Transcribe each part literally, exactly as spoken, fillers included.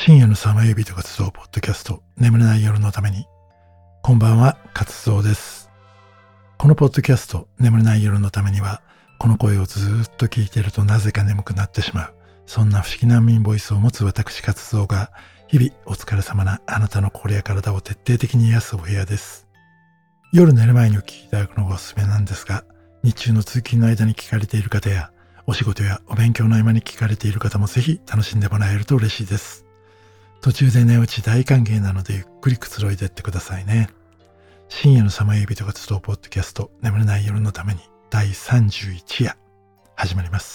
深夜のさまよい人活動ポッドキャスト、眠れない夜のために。こんばんは、活動です。このポッドキャスト、眠れない夜のためには、この声をずーっと聞いているとなぜか眠くなってしまう、そんな不思議な眠ボイスを持つ私活動が、日々お疲れ様なあなたの心や体を徹底的に癒すお部屋です。夜寝る前にお聞きいただくのがおすすめなんですが、日中の通勤の間に聞かれている方や、お仕事やお勉強の合間に聞かれている方もぜひ楽しんでもらえると嬉しいです。途中で寝落ち大歓迎なのでゆっくりくつろいでってくださいね。深夜のさまよい人活動ポッドキャスト、眠れない夜のためにだいさんじゅういち夜始まります。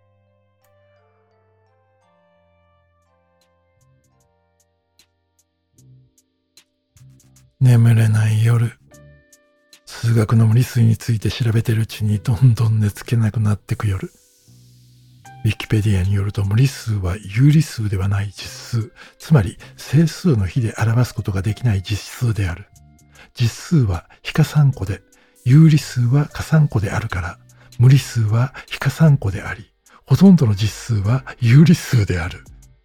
眠れない夜、数学の無理数について調べてるうちにどんどん寝つけなくなってく夜。ウィキペディアによると無理数は有理数ではない実数、つまり整数の比で表すことができない実数である。実数は非加算個で、有理数は加算個であるから、無理数は非加算個であり、ほとんどの実数は有理数である。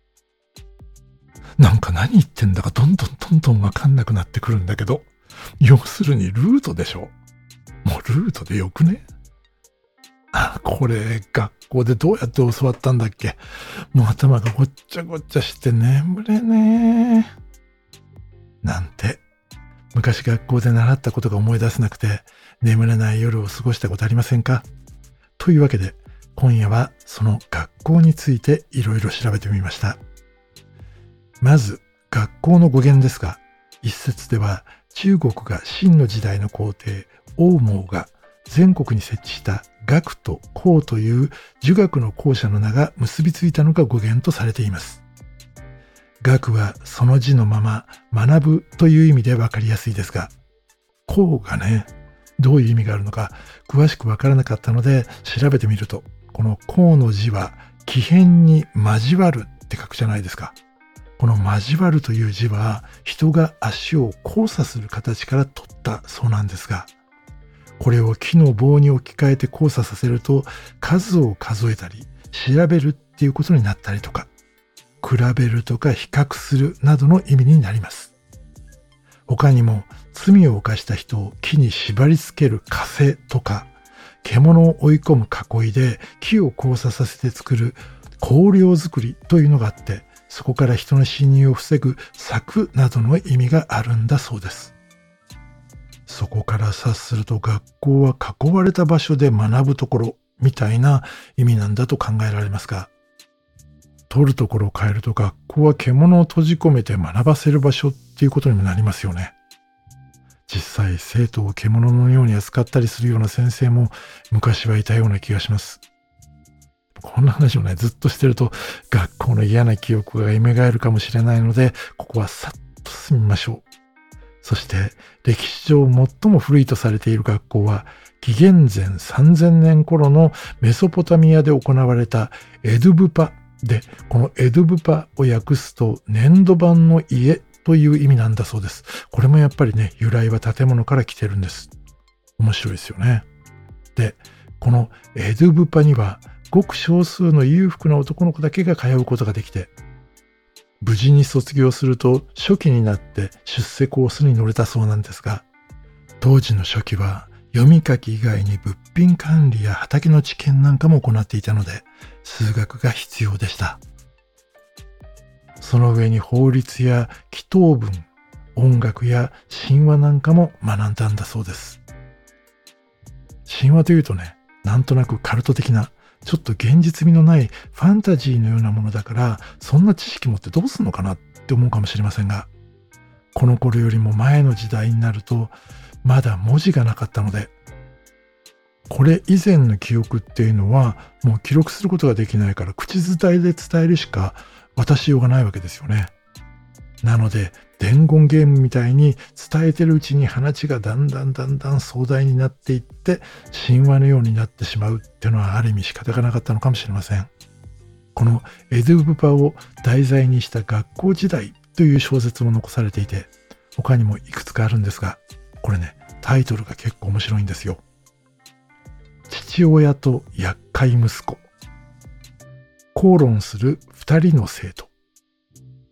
なんか何言ってんだかどんどんどんどんわかんなくなってくるんだけど、要するにルートでしょ。もうルートでよくね？あ、これ学校でどうやって教わったんだっけ？もう頭がごっちゃごっちゃして眠れねー。なんて、昔学校で習ったことが思い出せなくて眠れない夜を過ごしたことありませんか？というわけで、今夜はその学校についていろいろ調べてみました。まず、学校の語源ですが、一説では中国が秦の時代の皇帝、王蒙が全国に設置した学と校という儒学の校舎の名が結びついたのが語源とされています。学はその字のまま学ぶという意味でわかりやすいですが、校がね、どういう意味があるのか詳しくわからなかったので調べてみると、この校の字は木偏に交わるって書くじゃないですか。この交わるという字は人が足を交差する形から取ったそうなんですが、これを木の棒に置き換えて交差させると数を数えたり調べるっていうことになったりとか、比べるとか比較するなどの意味になります。他にも罪を犯した人を木に縛り付ける枷とか、獣を追い込む囲いで木を交差させて作る綱領作りというのがあって、そこから人の侵入を防ぐ柵などの意味があるんだそうです。そこから察すると学校は囲われた場所で学ぶところみたいな意味なんだと考えられますが、取るところを変えると学校は獣を閉じ込めて学ばせる場所っていうことにもなりますよね。実際生徒を獣のように扱ったりするような先生も昔はいたような気がします。こんな話をね、ずっとしてると学校の嫌な記憶が蘇るかもしれないので、ここはさっと進みましょう。そして歴史上最も古いとされている学校は紀元前さんぜんねん頃のメソポタミアで行われたエドゥブパで、このエドゥブパを訳すと粘土板の家という意味なんだそうです。これもやっぱりね、由来は建物から来てるんです。面白いですよね。で、このエドゥブパにはごく少数の裕福な男の子だけが通うことができて、無事に卒業すると初期になって出世コースに乗れたそうなんですが、当時の初期は読み書き以外に物品管理や畑の知見なんかも行っていたので、数学が必要でした。その上に法律や祈祷文、音楽や神話なんかも学んだんだそうです。神話というとね、なんとなくカルト的な、ちょっと現実味のないファンタジーのようなものだから、そんな知識持ってどうすんのかなって思うかもしれませんが、この頃よりも前の時代になるとまだ文字がなかったので、これ以前の記憶っていうのはもう記録することができないから、口伝えで伝えるしか渡しようがないわけですよね。なので伝言ゲームみたいに伝えてるうちに話がだんだんだんだん壮大になっていって神話のようになってしまうっていうのはある意味仕方がなかったのかもしれません。このエドゥブパを題材にした学校時代という小説も残されていて、他にもいくつかあるんですが、これね、タイトルが結構面白いんですよ。父親と厄介息子、口論する二人の生徒、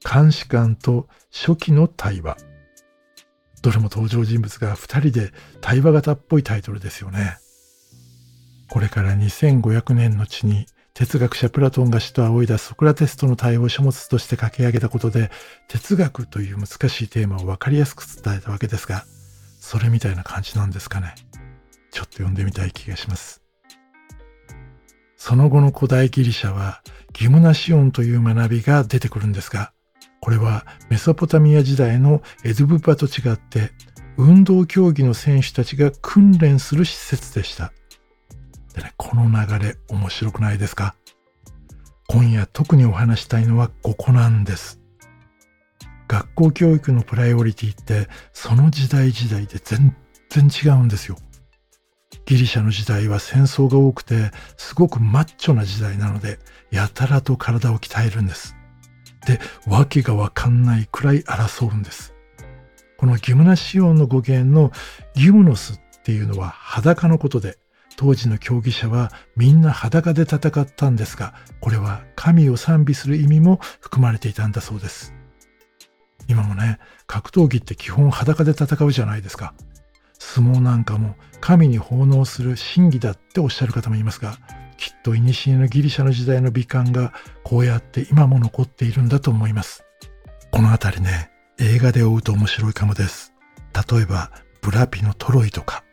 監視官と初期の対話。どれも登場人物がふたりで対話型っぽいタイトルですよね。これからにせんごひゃくねんの地に哲学者プラトンが使途を仰いだソクラテスとの対話を書物として書き上げたことで、哲学という難しいテーマを分かりやすく伝えたわけですが、それみたいな感じなんですかね。ちょっと読んでみたい気がします。その後の古代ギリシャはギムナシオンという学びが出てくるんですが、これはメソポタミア時代のエドゥブパと違って運動競技の選手たちが訓練する施設でした。でね、この流れ面白くないですか？今夜特にお話したいのはここなんです。学校教育のプライオリティってその時代時代で全然違うんですよ。ギリシャの時代は戦争が多くてすごくマッチョな時代なので、やたらと体を鍛えるんです。で、わけがわかんないくらい争うんです。このギムナシオンの語源のギムノスっていうのは裸のことで、当時の競技者はみんな裸で戦ったんですが、これは神を賛美する意味も含まれていたんだそうです。今もね、格闘技って基本裸で戦うじゃないですか。相撲なんかも神に奉納する神技だっておっしゃる方もいますが、きっと古のギリシャの時代の美観がこうやって今も残っているんだと思います。このあたりね、映画で追うと面白いかもです。例えばブラピのトロイとか。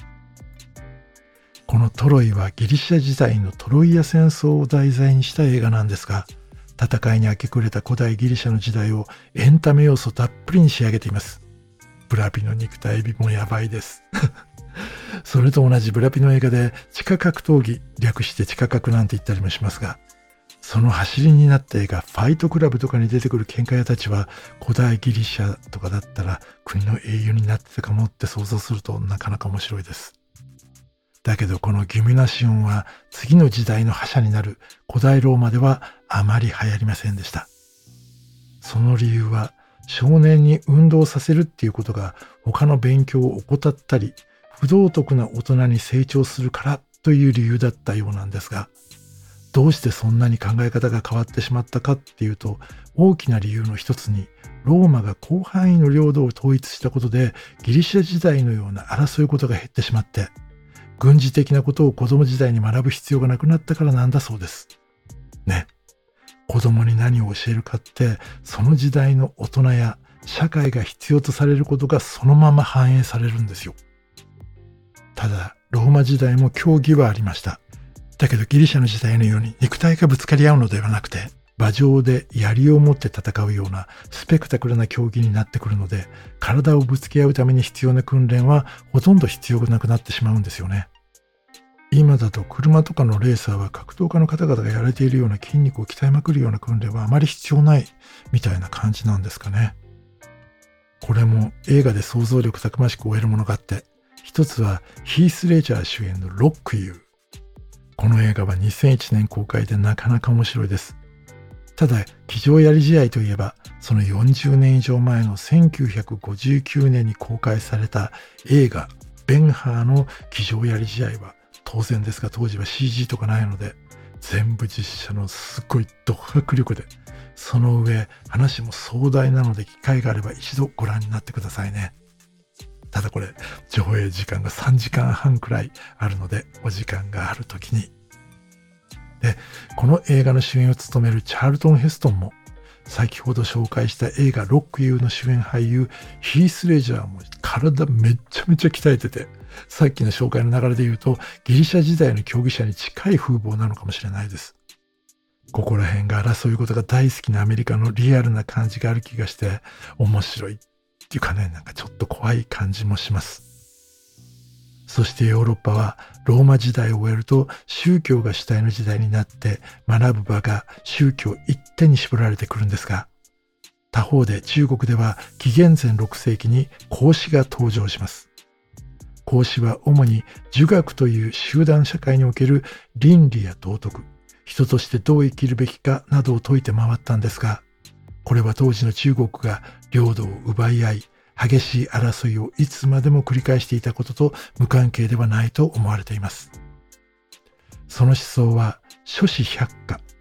このトロイはギリシャ時代のトロイア戦争を題材にした映画なんですが、戦いに明け暮れた古代ギリシャの時代をエンタメ要素たっぷりに仕上げています。ブラピの肉体美もやばいです。それと同じブラピの映画で地下格闘技、略して地下格なんて言ったりもしますが、その走りになった映画ファイトクラブとかに出てくる喧嘩屋たちは古代ギリシャとかだったら国の英雄になってたかもって想像するとなかなか面白いです。だけどこのギムナシオンは次の時代の覇者になる古代ローマではあまり流行りませんでした。その理由は少年に運動させるっていうことが他の勉強を怠ったり不道徳な大人に成長するからという理由だったようなんですが、どうしてそんなに考え方が変わってしまったかっていうと、大きな理由の一つにローマが広範囲の領土を統一したことでギリシャ時代のような争うことが減ってしまって、軍事的なことを子供時代に学ぶ必要がなくなったからなんだそうです。ね。子供に何を教えるかって、その時代の大人や社会が必要とされることがそのまま反映されるんですよ。ただ、ローマ時代も競技はありました。だけどギリシャの時代のように肉体がぶつかり合うのではなくて、馬上で槍を持って戦うようなスペクタクルな競技になってくるので、体をぶつけ合うために必要な訓練はほとんど必要がなくなってしまうんですよね。今だと車とかのレーサーは格闘家の方々がやられているような筋肉を鍛えまくるような訓練はあまり必要ないみたいな感じなんですかね。これも映画で想像力たくましく終えるものがあって、一つはヒース・レジャー主演のロックユー。この映画はにせんいちねん公開でなかなか面白いです。ただ、騎乗槍試合といえば、そのよんじゅうねん以上前のせんきゅうひゃくごじゅうきゅうねんに公開された映画ベンハーの騎乗槍試合は、当然ですが当時は シージー とかないので、全部実写のすっごいド迫力で、その上話も壮大なので機会があれば一度ご覧になってくださいね。ただこれ上映時間がさんじかんはんくらいあるので、お時間がある時に。で、この映画の主演を務めるチャールトン・ヘストンも、先ほど紹介した映画ロックユーの主演俳優ヒース・レジャーも体めちゃめちゃ鍛えてて、さっきの紹介の流れで言うとギリシャ時代の競技者に近い風貌なのかもしれないです。ここら辺が争うことが大好きなアメリカのリアルな感じがある気がして面白いっていうかね、なんかちょっと怖い感じもします。そしてヨーロッパはローマ時代を終えると宗教が主体の時代になって学ぶ場が宗教一手に絞られてくるんですが、他方で中国では紀元前ろくせいきに孔子が登場します。孔子は主に儒学という集団社会における倫理や道徳、人としてどう生きるべきかなどを説いて回ったんですが、これは当時の中国が領土を奪い合い、激しい争いをいつまでも繰り返していたことと無関係ではないと思われています。その思想は諸子百家、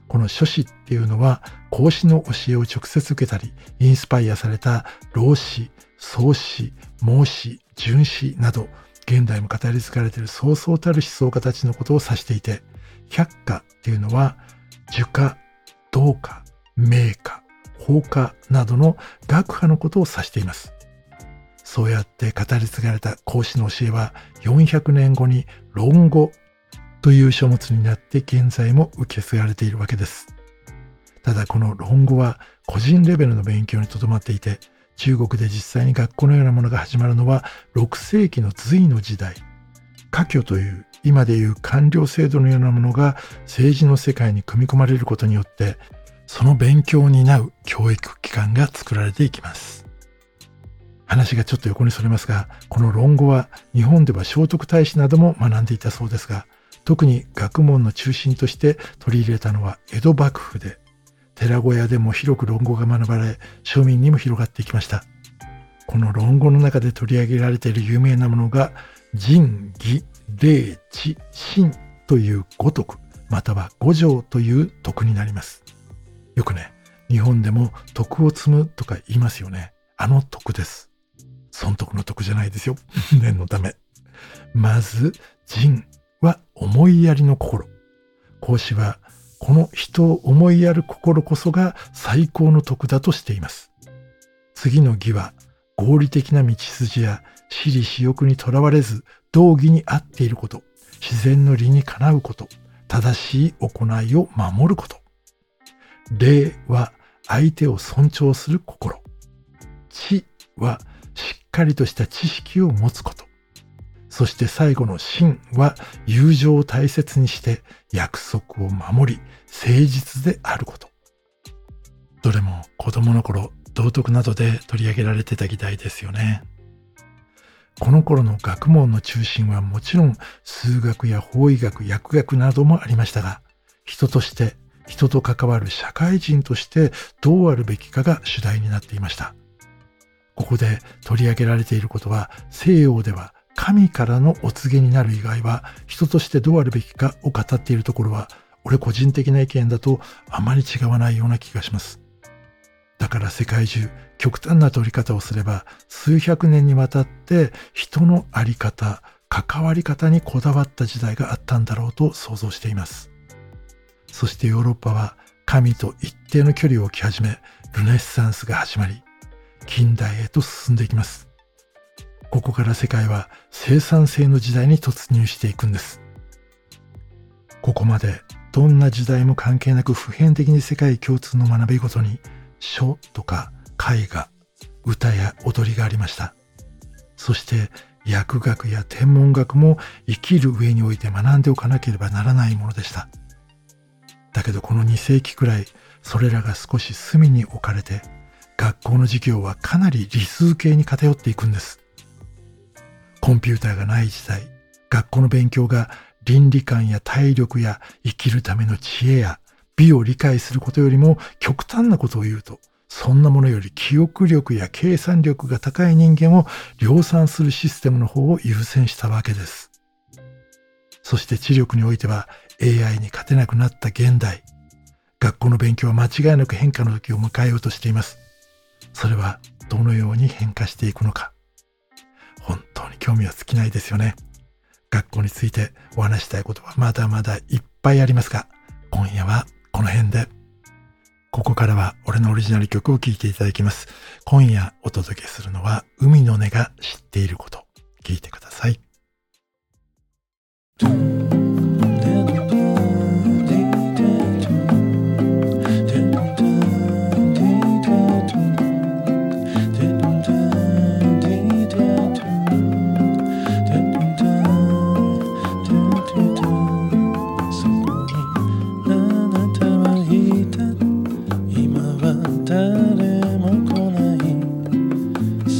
この書士っていうのは孔子の教えを直接受けたり、インスパイアされた老子、宋子、孟子、荀子など、現代も語り継がれているそうそうたる思想家たちのことを指していて、百家っていうのは儒家、道家、名家、法家などの学派のことを指しています。そうやって語り継がれた孔子の教えはよんひゃくねんごに論語という書物になって現在も受け継がれているわけです。ただこの論語は個人レベルの勉強にとどまっていて、中国で実際に学校のようなものが始まるのはろくせいきの隋の時代。科挙という今でいう官僚制度のようなものが政治の世界に組み込まれることによって、その勉強を担う教育機関が作られていきます。話がちょっと横にそれますが、この論語は日本では聖徳太子なども学んでいたそうですが、特に学問の中心として取り入れたのは江戸幕府で、寺子屋でも広く論語が学ばれ、庶民にも広がっていきました。この論語の中で取り上げられている有名なものが、仁、義、礼、智、信という五徳、または五条という徳になります。よくね、日本でも徳を積むとか言いますよね。あの徳です。損得の徳じゃないですよ。念のため。まず、仁は思いやりの心。孔子は、この人を思いやる心こそが最高の徳だとしています。次の義は合理的な道筋や私利私欲にとらわれず道義に合っていること、自然の理にかなうこと、正しい行いを守ること。礼は相手を尊重する心。知はしっかりとした知識を持つこと。そして最後の信は友情を大切にして約束を守り誠実であること。どれも子供の頃道徳などで取り上げられてた議題ですよね。この頃の学問の中心はもちろん数学や法医学、薬学などもありましたが、人として人と関わる社会人としてどうあるべきかが主題になっていました。ここで取り上げられていることは西洋では神からのお告げになる以外は人としてどうあるべきかを語っているところは俺個人的な意見だとあまり違わないような気がします。だから世界中極端な取り方をすれば数百年にわたって人の在り方、関わり方にこだわった時代があったんだろうと想像しています。そしてヨーロッパは神と一定の距離を置き始め、ルネッサンスが始まり、近代へと進んでいきます。ここから世界は生産性の時代に突入していくんです。ここまでどんな時代も関係なく普遍的に世界共通の学びごとに書とか絵画、歌や踊りがありました。そして薬学や天文学も生きる上において学んでおかなければならないものでした。だけどこのにせいきくらいそれらが少し隅に置かれて学校の授業はかなり理数系に偏っていくんです。コンピューターがない時代、学校の勉強が倫理観や体力や生きるための知恵や美を理解することよりも極端なことを言うと、そんなものより記憶力や計算力が高い人間を量産するシステムの方を優先したわけです。そして知力においては エーアイ に勝てなくなった現代、学校の勉強は間違いなく変化の時を迎えようとしています。それはどのように変化していくのか。本当に興味は尽きないですよね。学校についてお話したいことはまだまだいっぱいありますが、今夜はこの辺で。ここからは俺のオリジナル曲を聴いていただきます。今夜お届けするのは海の音が知っていること。聴いてください。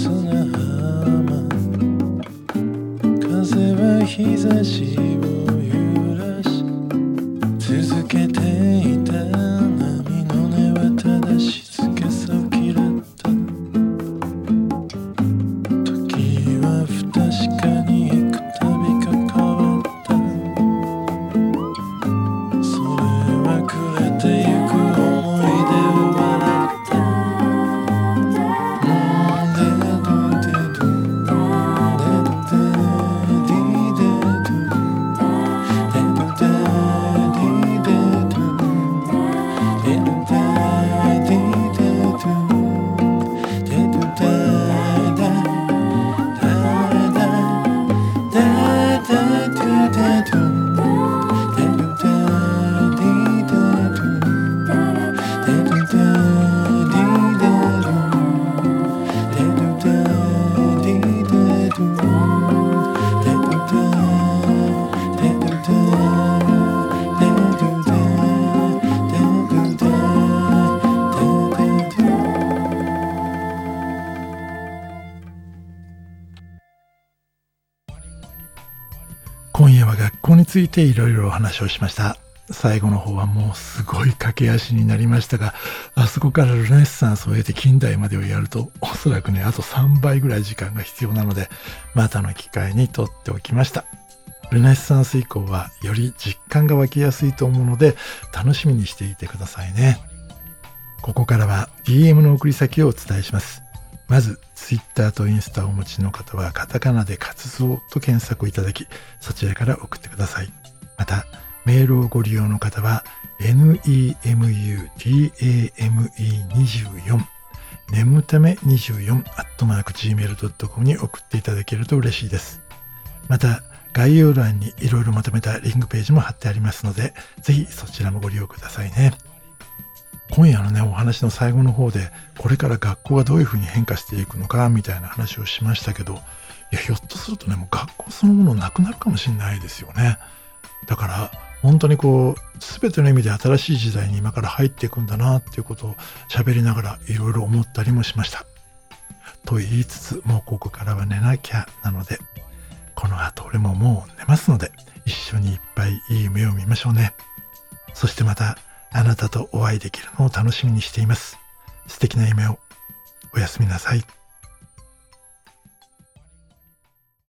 日差しをついていろいろお話をしました。最後の方はもうすごい駆け足になりましたが、あそこからルネッサンスを経て近代までをやると、おそらくね、あとさんばいぐらい時間が必要なので、またの機会に撮っておきました。ルネッサンス以降はより実感が湧きやすいと思うので、楽しみにしていてくださいね。ここからは ディーエム の送り先をお伝えします。まず、Twitter とインスタをお持ちの方は、カタカナで活動と検索いただき、そちらから送ってください。また、メールをご利用の方は、ネムタメにじゅうよん、ネムタメにじゅうよん、アットマーク ジーメールドットコム に送っていただけると嬉しいです。また、概要欄にいろいろまとめたリンクページも貼ってありますので、ぜひそちらもご利用くださいね。今夜のね、お話の最後の方で、これから学校がどういうふうに変化していくのか、みたいな話をしましたけど、いや、ひょっとするとね、もう学校そのものなくなるかもしれないですよね。だから、本当にこう、すべての意味で新しい時代に今から入っていくんだな、っていうことを喋りながらいろいろ思ったりもしました。と言いつつ、もうここからは寝なきゃなので、この後俺ももう寝ますので、一緒にいっぱいいい夢を見ましょうね。そしてまた、あなたとお会いできるのを楽しみにしています。素敵な夢を。おやすみなさい。